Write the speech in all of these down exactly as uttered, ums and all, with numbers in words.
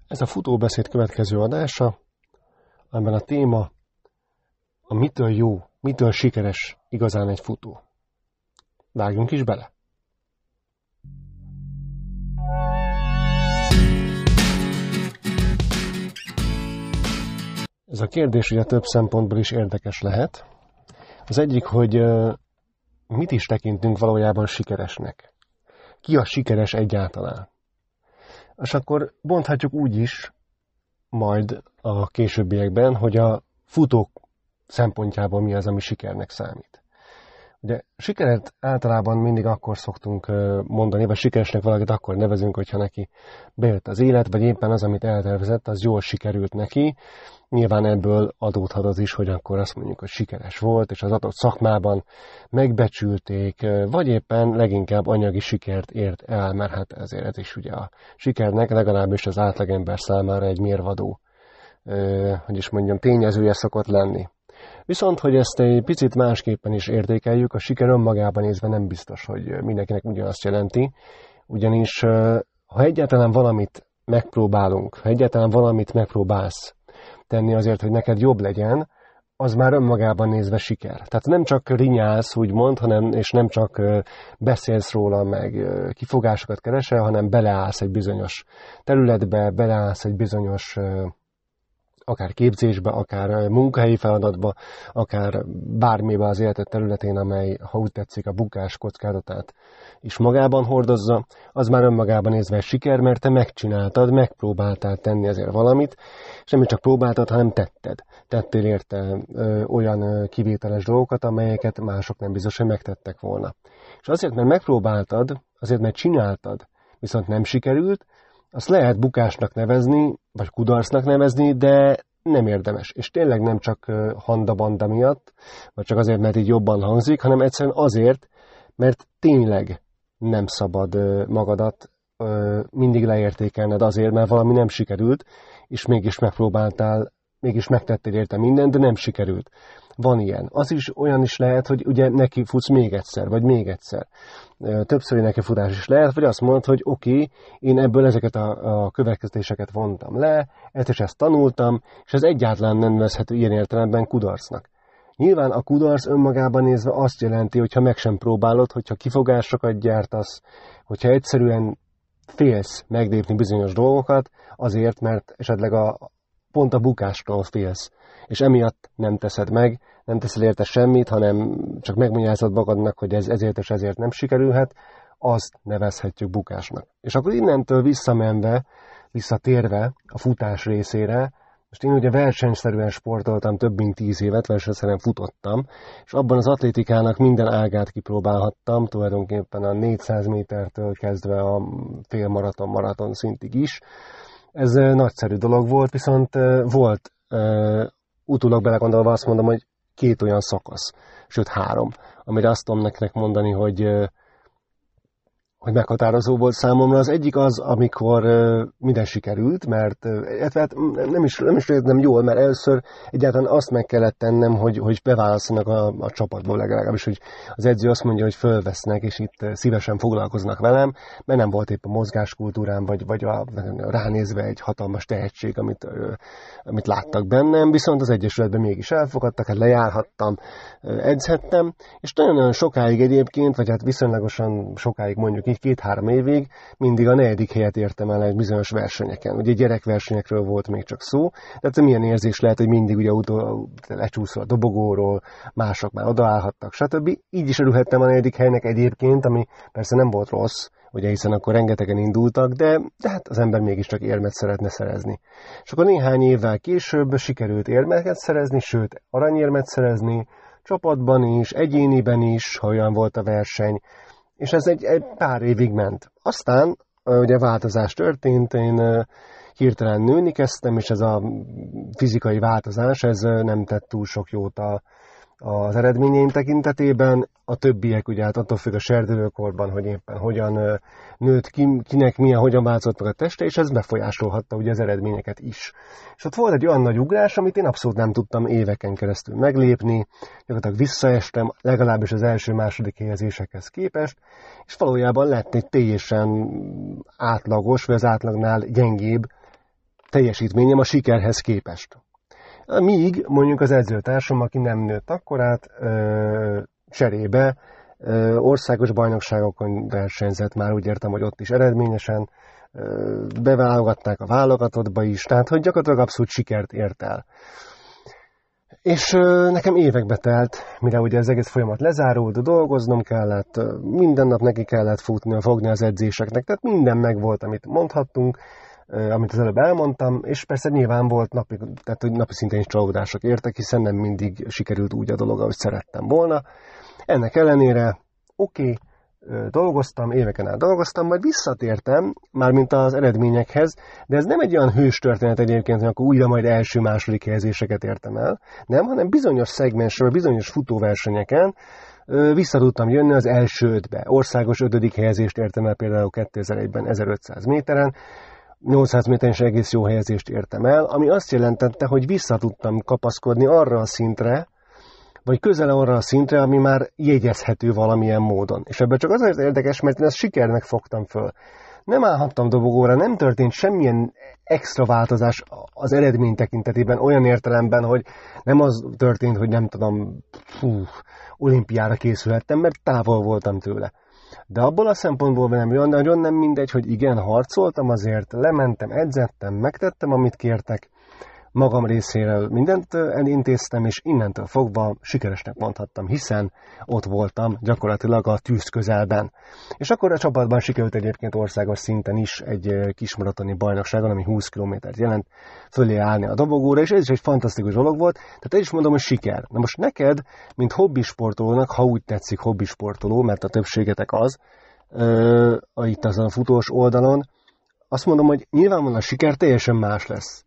Ez a futóbeszéd következő adása, amiben a téma a mitől jó, mitől sikeres igazán egy futó. Vágjunk is bele! Ez a kérdés ugye több szempontból is érdekes lehet. Az egyik, hogy mit is tekintünk valójában sikeresnek. Ki a sikeres egyáltalán? És akkor bonthatjuk úgy is majd a későbbiekben, hogy a futók szempontjából mi az, ami sikernek számít. Ugye sikeret általában mindig akkor szoktunk mondani, vagy sikeresnek valakit akkor nevezünk, hogyha neki bejött az élet, vagy éppen az, amit eltervezett, az jól sikerült neki. Nyilván ebből adódhat az is, hogy akkor azt mondjuk, hogy sikeres volt, és az adott szakmában megbecsülték, vagy éppen leginkább anyagi sikert ért el, mert hát ezért ez is ugye a sikernek legalábbis az átlagember számára egy mérvadó, hogy is mondjam, tényezője szokott lenni. Viszont, hogy ezt egy picit másképpen is értékeljük, a siker önmagában nézve nem biztos, hogy mindenkinek ugyanazt jelenti, ugyanis ha egyáltalán valamit megpróbálunk, ha egyáltalán valamit megpróbálsz tenni azért, hogy neked jobb legyen, az már önmagában nézve siker. Tehát nem csak rinyálsz, úgymond, hanem, és nem csak beszélsz róla, meg kifogásokat keresel, hanem beleállsz egy bizonyos területbe, beleállsz egy bizonyos akár képzésbe, akár munkahelyi feladatba, akár bármibe az életed területén, amely, ha úgy tetszik, a bukás kockázatát is magában hordozza, az már önmagában nézve siker, mert te megcsináltad, megpróbáltál tenni azért valamit, és nem csak próbáltad, hanem tetted. Tettél érte ö, olyan kivételes dolgokat, amelyeket mások nem biztos, hogy megtettek volna. És azért, mert megpróbáltad, azért, mert csináltad, viszont nem sikerült, azt lehet bukásnak nevezni, vagy kudarcnak nevezni, de nem érdemes. És tényleg nem csak handa-banda miatt, vagy csak azért, mert így jobban hangzik, hanem egyszerűen azért, mert tényleg nem szabad magadat mindig leértékelned azért, mert valami nem sikerült, és mégis megpróbáltál, mégis megtettél érte mindent, de nem sikerült. Van ilyen. Az is olyan is lehet, hogy ugye neki futsz még egyszer, vagy még egyszer. Többszöri nekifutás is lehet, vagy azt mondod, hogy oké, okay, én ebből ezeket a, a következtetéseket vontam le, ezt és ezt tanultam, és ez egyáltalán nem nevezhető ilyen értelemben kudarcnak. Nyilván a kudarc önmagában nézve azt jelenti, hogyha meg sem próbálod, hogyha kifogásokat gyártasz, hogyha egyszerűen félsz meglépni bizonyos dolgokat, azért, mert esetleg a, pont a bukástól félsz, és emiatt nem teszed meg, nem teszel érte semmit, hanem csak megmagyarázod magadnak, hogy ez ezért és ezért nem sikerülhet, azt nevezhetjük bukásnak. És akkor innentől visszamenve, visszatérve a futás részére, most én ugye versenyszerűen sportoltam, több mint tíz évet, versenyszerűen futottam, és abban az atlétikának minden ágát kipróbálhattam, tulajdonképpen a négyszáz métertől kezdve a félmaraton, maraton szintig is. Ez nagyszerű dolog volt, viszont volt, utólag belegondolva azt mondom, hogy két olyan szakasz, sőt három, amire azt tudom nektek mondani, hogy, hogy meghatározó volt számomra. Az egyik az, amikor minden sikerült, mert hát nem is, nem is értem jól, mert először egyáltalán azt meg kellett tennem, hogy, hogy beválasszanak a, a csapatból legalábbis, hogy az edző azt mondja, hogy fölvesznek, és itt szívesen foglalkoznak velem, mert nem volt épp a mozgáskultúrám, vagy, vagy a, ránézve egy hatalmas tehetség, amit, amit láttak bennem, viszont az Egyesületben mégis elfogadtak, hát lejárhattam, edzhettem, és nagyon-nagyon sokáig egyébként, vagy hát viszonylagosan sokáig mondjuk így két-három évig mindig a negyedik helyet értem el egy bizonyos versenyeken. Ugye gyerekversenyekről volt még csak szó, de ez milyen érzés lehet, hogy mindig ugye utol, lecsúszol a dobogóról, mások már odaállhattak, stb. Így is örülhettem a negyedik helynek egyébként, ami persze nem volt rossz, ugye hiszen akkor rengetegen indultak, de, de hát az ember mégiscsak érmet szeretne szerezni. És akkor néhány évvel később sikerült érmeket szerezni, sőt aranyérmet szerezni, csapatban is, egyéniben is, ha olyan volt a verseny, és ez egy, egy pár évig ment. Aztán ugye változás történt, én hirtelen nőni kezdtem, és ez a fizikai változás, ez nem tett túl sok jót a, az eredményeim tekintetében. A többiek ugye hát attól függ a serdülőkorban, hogy éppen hogyan nőtt, ki, kinek milyen, hogyan változott meg a teste, és ez befolyásolhatta ugye az eredményeket is. És ott volt egy olyan nagy ugrás, amit én abszolút nem tudtam éveken keresztül meglépni, gyakorlatilag visszaestem, legalábbis az első-második helyezésekhez képest, és valójában lett egy teljesen átlagos, vagy az átlagnál gyengébb teljesítményem a sikerhez képest. Míg mondjuk az edzőtársam, aki nem nőtt akkorát, ö, cserébe ö, országos bajnokságokon versenyzett, már úgy értem, hogy ott is eredményesen, ö, beválogatták a válogatottba is, tehát hogy gyakorlatilag abszolút sikert ért el. És ö, nekem évekbe telt, mire ugye az egész folyamat lezárult, dolgoznom kellett, minden nap neki kellett futni, fogni az edzéseknek, tehát minden megvolt, amit mondhattunk, amit az előbb elmondtam, és persze nyilván volt napi, tehát hogy napi szinten is csalódások értek, hiszen nem mindig sikerült úgy a dolog, ahogy szerettem volna. Ennek ellenére, oké, okay, dolgoztam, éveken át dolgoztam, majd visszatértem, mármint az eredményekhez, de ez nem egy olyan hős történet egyébként, hogy akkor újra majd első-második helyezéseket értem el, nem, hanem bizonyos szegmensről, bizonyos futóversenyeken vissza tudtam jönni az első ötbe. Országos ötödik helyezést értem el például kétezer-egyben ezerötszáz méteren, nyolcszáz méteren is egész jó helyezést értem el, ami azt jelentette, hogy vissza tudtam kapaszkodni arra a szintre, vagy közel arra a szintre, ami már jegyezhető valamilyen módon. És ebben csak azért érdekes, mert én ezt sikernek fogtam föl. Nem állhattam dobogóra, nem történt semmilyen extra változás az eredmény tekintetében, olyan értelemben, hogy nem az történt, hogy nem tudom, fú, olimpiára készülhettem, mert távol voltam tőle. De abból a szempontból nem olyan, nagyon nem mindegy, hogy igen, harcoltam azért, lementem, edzettem, megtettem, amit kértek, magam részéről mindent elintéztem, és innentől fogva sikeresnek mondhattam, hiszen ott voltam gyakorlatilag a tűz közelben. És akkor a csapatban sikerült egyébként országos szinten is egy kis maratoni bajnokságon, ami húsz kilométert jelent, fölé állni a dobogóra, és ez is egy fantasztikus dolog volt, tehát én is mondom, hogy siker. Na most neked, mint hobbisportolónak, ha úgy tetszik hobbisportoló, mert a többségetek az, ö, itt azon a futós oldalon, azt mondom, hogy nyilvánvalóan a siker teljesen más lesz.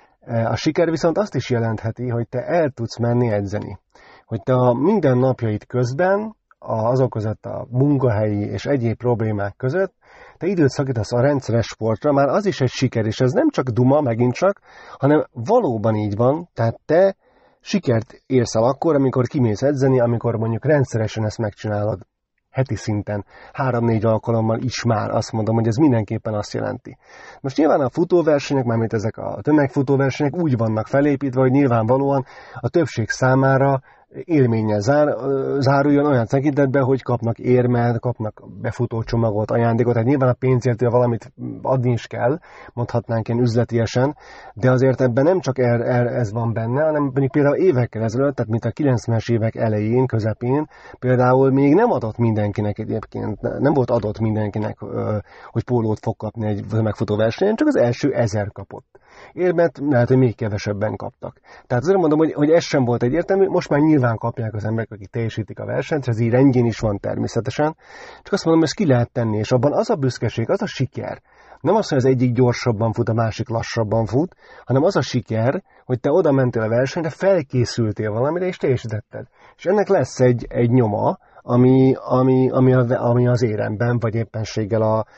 A siker viszont azt is jelentheti, hogy te el tudsz menni edzeni. Hogy te a minden napjaid közben, azok között a munkahelyi és egyéb problémák között, te időt szakítasz a rendszeres sportra, már az is egy siker, és ez nem csak duma, megint csak, hanem valóban így van, tehát te sikert érsz el akkor, amikor kimész edzeni, amikor mondjuk rendszeresen ezt megcsinálod. Heti szinten, három-négy alkalommal is már azt mondom, hogy ez mindenképpen azt jelenti. Most nyilván a futóversenyek, mármint ezek a tömegfutóversenyek úgy vannak felépítve, hogy nyilvánvalóan a többség számára élménnyel zár, záruljon olyan tekintetben, hogy kapnak érmet, kapnak befutócsomagot, ajándékot, tehát nyilván a pénzért valamit adni is kell, mondhatnánk ilyen üzletiesen, de azért ebben nem csak er, er, ez van benne, hanem mondjuk például évekkel ezelőtt, tehát mint a kilencvenes évek elején, közepén, például még nem adott mindenkinek egyébként, nem volt adott mindenkinek, hogy pólót fog kapni egy megfutóversenyen, csak az első ezer kapott. Érmet lehet, hogy még kevesebben kaptak. Tehát azért mondom, hogy, hogy ez sem volt egyértelmű, most már nyilván kapják az emberek, akik teljesítik a versenyt, ez így rendjén is van természetesen, csak azt mondom, hogy ezt ki lehet tenni, és abban az a büszkeség, az a siker, nem az, hogy az egyik gyorsabban fut, a másik lassabban fut, hanem az a siker, hogy te oda mentél a versenyre, felkészültél valamire, és teljesítetted. És ennek lesz egy, egy nyoma, ami, ami, ami, a, ami az éremben, vagy éppenséggel a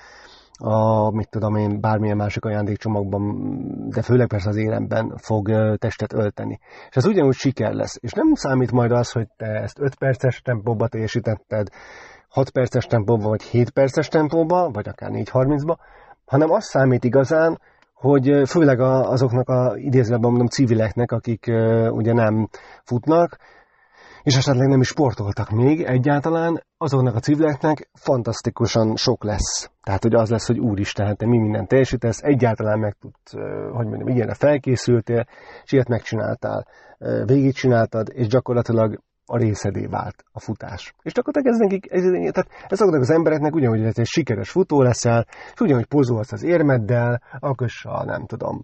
a, mit tudom én, bármilyen másik ajándékcsomagban, de főleg persze az éremben fog testet ölteni. És ez ugyanúgy siker lesz. És nem számít majd az, hogy te ezt öt perces tempóba teljesítetted, hat perces tempóba, vagy hét perces tempóba, vagy akár négy harmincba, hanem az számít igazán, hogy főleg azoknak a idézőben mondom civileknek, akik ugye nem futnak, és esetleg nem is sportoltak még egyáltalán, azoknak a civileknek fantasztikusan sok lesz. Tehát, hogy az lesz, hogy úristen, hát te mi mindent teljesítesz, egyáltalán meg tudsz, hogy mondjam, ilyenre felkészültél, és ilyet megcsináltál, végigcsináltad, és gyakorlatilag a részedé vált a futás. És gyakorlatilag ez nekik, ez, tehát ezeknek az embereknek ugyanúgy, hogy egy sikeres futó leszel, és ugyanúgy pozolsz az érmeddel, akössal, nem tudom,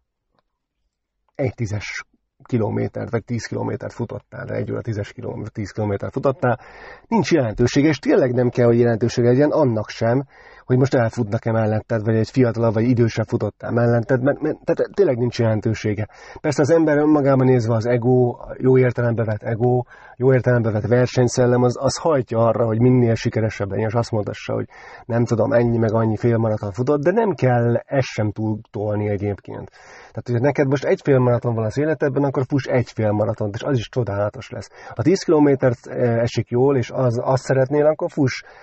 egy tízes kilométert, vagy tíz kilométert futottál, de egy óra tízes kilométer, tíz kilométert futottál, nincs jelentősége, és tényleg nem kell, hogy jelentősége legyen annak sem, hogy most elfutnak-e melletted, vagy egy fiatalabb, vagy idősebb futottál melletted, mert, mert tehát tényleg nincs jelentősége. Persze az ember önmagában nézve az ego, jó értelembe vett ego, jó értelembe vett versenyszellem, az, az hajtja arra, hogy minél sikeresebb legyen, és azt mondassa, hogy nem tudom, ennyi meg annyi félmaraton futott, de nem kell ezt sem túltolni egyébként. Tehát, hogyha neked most egy félmaraton van az életedben, akkor fuss egy félmaratont, és az is csodálatos lesz. Ha tíz kilométert esik jól, és az, azt szeretnél, akkor fuss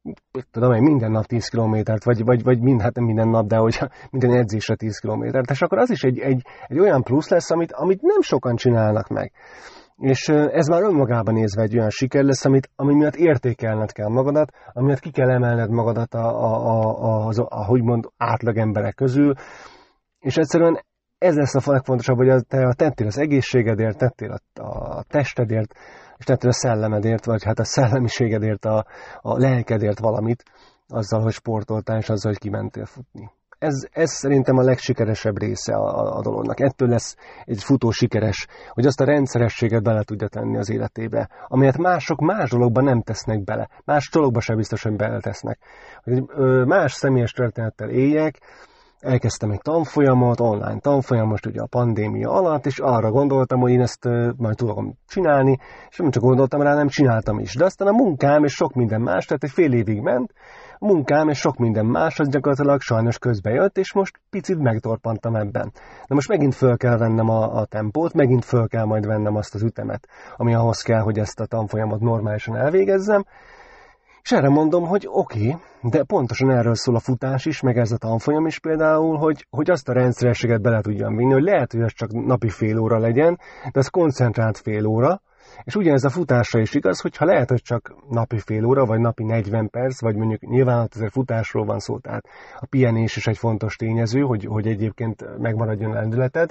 tudom én, minden nap tíz kilométert, vagy, vagy, vagy mind, hát nem minden nap, de hogy minden edzésre tíz kilométert, és akkor az is egy, egy, egy olyan plusz lesz, amit, amit nem sokan csinálnak meg. És ez már önmagában nézve egy olyan siker lesz, amit, ami miatt értékelned kell magadat, ami miatt ki kell emelned magadat a, a, a, a, a hogy mond, átlag emberek közül, és egyszerűen ez lesz a legfontosabb, hogy te tettél az egészségedért, tettél a, a testedért, és tettél a szellemedért, vagy hát a szellemiségedért, a, a lelkedért valamit, azzal, hogy sportoltál, és azzal, hogy kimentél futni. Ez, ez szerintem a legsikeresebb része a, a dolognak. Ettől lesz egy futó sikeres, hogy azt a rendszerességet bele tudja tenni az életébe, amelyet mások más dologban nem tesznek bele. Más dologban sem biztos, hogy beletesznek. Hogy más személyes történettel éljek, elkezdtem egy tanfolyamot, online tanfolyamot ugye a pandémia alatt, és arra gondoltam, hogy én ezt majd tudom csinálni, és nem csak gondoltam rá, nem csináltam is. De aztán a munkám és sok minden más, tehát egy fél évig ment, a munkám és sok minden más, az gyakorlatilag sajnos közbe jött, és most picit megtorpantam ebben. De most megint föl kell vennem a, a tempót, megint föl kell majd vennem azt az ütemet, ami ahhoz kell, hogy ezt a tanfolyamot normálisan elvégezzem. És erre mondom, hogy oké, okay, de pontosan erről szól a futás is, meg ez a tanfolyam is például, hogy, hogy azt a rendszerességet bele tudjam vinni, hogy lehet, hogy ez csak napi fél óra legyen, de ez koncentrált fél óra, és ugyanez a futásra is igaz, hogyha lehet, hogy csak napi fél óra, vagy napi negyven perc, vagy mondjuk nyilván azért futásról van szó, tehát a pihenés is egy fontos tényező, hogy, hogy egyébként megmaradjon a lendületed.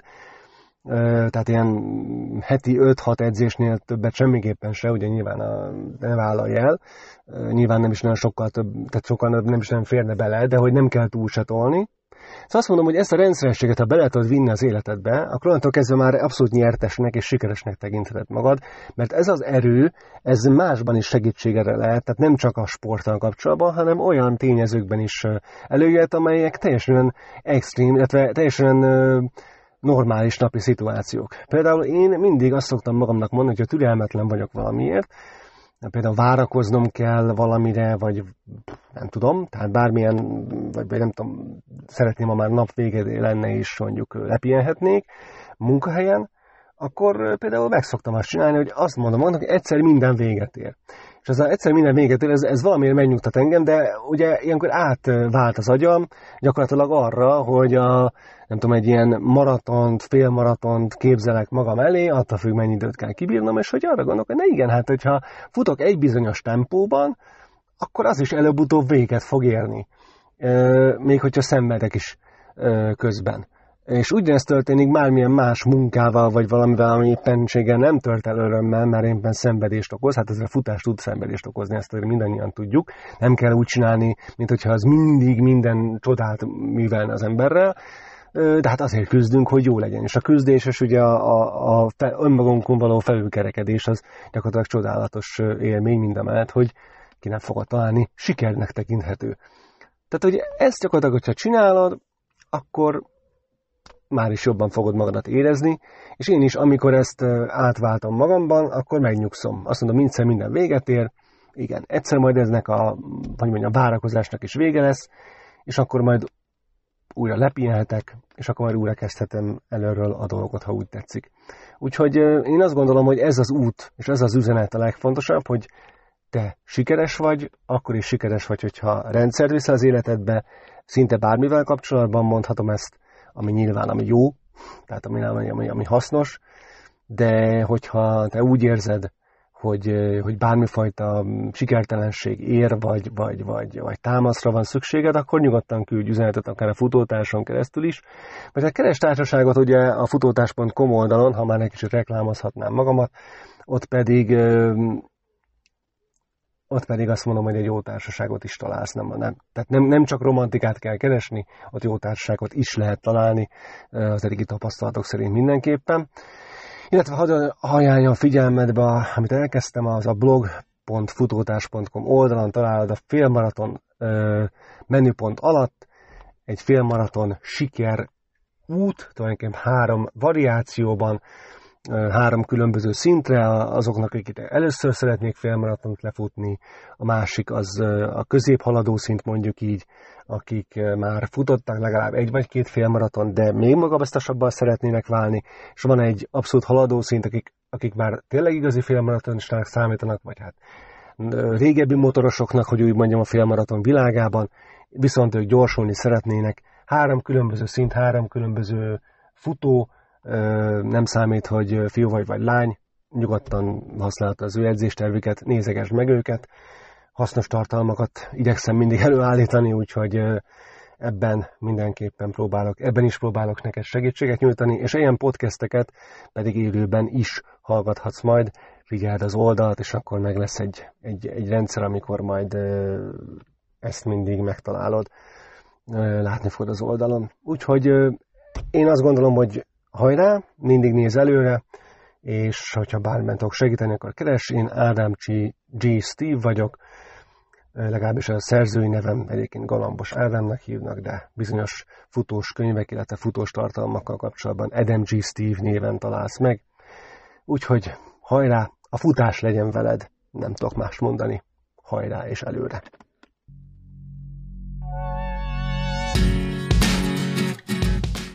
Tehát ilyen heti öt-hat edzésnél többet semmiképpen se, ugye nyilván a, ne vállalj el, nyilván nem is nagyon sokkal több, tehát sokkal nem is nem férne bele, de hogy nem kell túl se tolni. Szóval azt mondom, hogy ezt a rendszerességet, ha bele tudod vinni az életedbe, akkor onnantól kezdve már abszolút nyertesnek és sikeresnek tekintheted magad, mert ez az erő, ez másban is segítségedre lehet, tehát nem csak a sporttal kapcsolatban, hanem olyan tényezőkben is előjött, amelyek teljesen extrém, illetve teljesen normális napi szituációk. Például én mindig azt szoktam magamnak mondani, hogy ha türelmetlen vagyok valamiért, például várakoznom kell valamire, vagy nem tudom, tehát bármilyen, vagy, vagy nem tudom, szeretném, ha már nap vége lenne és mondjuk lepihenhetnék munkahelyen, akkor például meg szoktam azt csinálni, hogy azt mondom magamnak, hogy egyszer minden véget ér. És az egyszer minden véget ér, ez, ez valamiért megnyugtat engem, de ugye ilyenkor átvált az agyam gyakorlatilag arra, hogy a, nem tudom, egy ilyen maratont, félmaratont képzelek magam elé, attól függ, mennyi időt kell kibírnom, és hogy arra gondolok, hogy ne igen, hát hogyha futok egy bizonyos tempóban, akkor az is előbb-utóbb véget fog érni. Még hogyha szenvedek is közben. És ugyanezt történik bármilyen más munkával, vagy valamivel, ami éppenséggel nem tört el örömmel, mert éppen szenvedést okoz. Hát ezzel a futás tud szenvedést okozni, ezt mindannyian tudjuk. Nem kell úgy csinálni, mint hogyha az mindig minden csodát művelne az emberrel, de hát azért küzdünk, hogy jó legyen. És a küzdés, és ugye a, a, a önmagunkon való felülkerekedés az gyakorlatilag csodálatos élmény mindamellett, hogy ki nem fogod találni, sikernek tekinthető. Tehát, hogy ezt gyakorlatilag, hogyha csinálod, akkor már is jobban fogod magadat érezni, és én is, amikor ezt átváltam magamban, akkor megnyugszom. Azt mondom, mindszer minden véget ér, igen, egyszer majd eznek a, hogy mondjam, várakozásnak is vége lesz, és akkor majd újra lepihenhetek, és akkor majd újra kezdhetem előről a dolgot, ha úgy tetszik. Úgyhogy én azt gondolom, hogy ez az út, és ez az üzenet a legfontosabb, hogy te sikeres vagy, akkor is sikeres vagy, hogyha rendszert viszel az életedbe, szinte bármivel kapcsolatban mondhatom ezt, ami nyilván, ami jó, tehát ami, ami, ami hasznos, de hogyha te úgy érzed, hogy, hogy bármifajta sikertelenség ér, vagy, vagy, vagy, vagy támaszra van szükséged, akkor nyugodtan küldj üzenetet akár a futótárson keresztül is. Vagy hát keres társaságot ugye a futótárs pont com oldalon, ha már egy kicsit reklámozhatnám magamat, ott pedig ott pedig azt mondom, hogy egy jó társaságot is találsz. Nem, nem, tehát nem, nem csak romantikát kell keresni, ott jó társaságot is lehet találni, az eddigi tapasztalatok szerint mindenképpen. Illetve hadd ajánljam a figyelmedbe, amit elkezdtem, az a blog pont futótárs pont com oldalon találod a félmaraton menüpont alatt egy félmaraton siker út, tulajdonképpen három variációban, három különböző szintre, azoknak, akik először szeretnék félmaratont lefutni, a másik az a középhaladó szint, mondjuk így, akik már futottak legalább egy vagy két félmaraton, de még magabiztosabbal szeretnének válni, és van egy abszolút haladó szint, akik, akik már tényleg igazi félmaratonistának számítanak, vagy hát régebbi motorosoknak, hogy úgy mondjam, a félmaraton világában, viszont ők gyorsulni szeretnének. Három különböző szint, három különböző futó, nem számít, hogy fiú vagy vagy lány, nyugodtan használta az ő edzéstervüket, nézegesd meg őket, hasznos tartalmakat igyekszem mindig előállítani, úgyhogy ebben mindenképpen próbálok, ebben is próbálok neked segítséget nyújtani, és ilyen podcasteket pedig élőben is hallgathatsz majd, figyeld az oldalt, és akkor meg lesz egy, egy, egy rendszer, amikor majd ezt mindig megtalálod, látni fogod az oldalon. Úgyhogy én azt gondolom, hogy hajrá, mindig néz előre, és hogyha bármilyen tudok segíteni, akkor keres. Én Ádám G. Steve vagyok, legalábbis a szerzői nevem egyébként Galambos Ádámnak hívnak, de bizonyos futós könyvek, illetve futós tartalmakkal kapcsolatban Adam G. Steve néven találsz meg. Úgyhogy hajrá, a futás legyen veled, nem tudok más mondani. Hajrá és előre!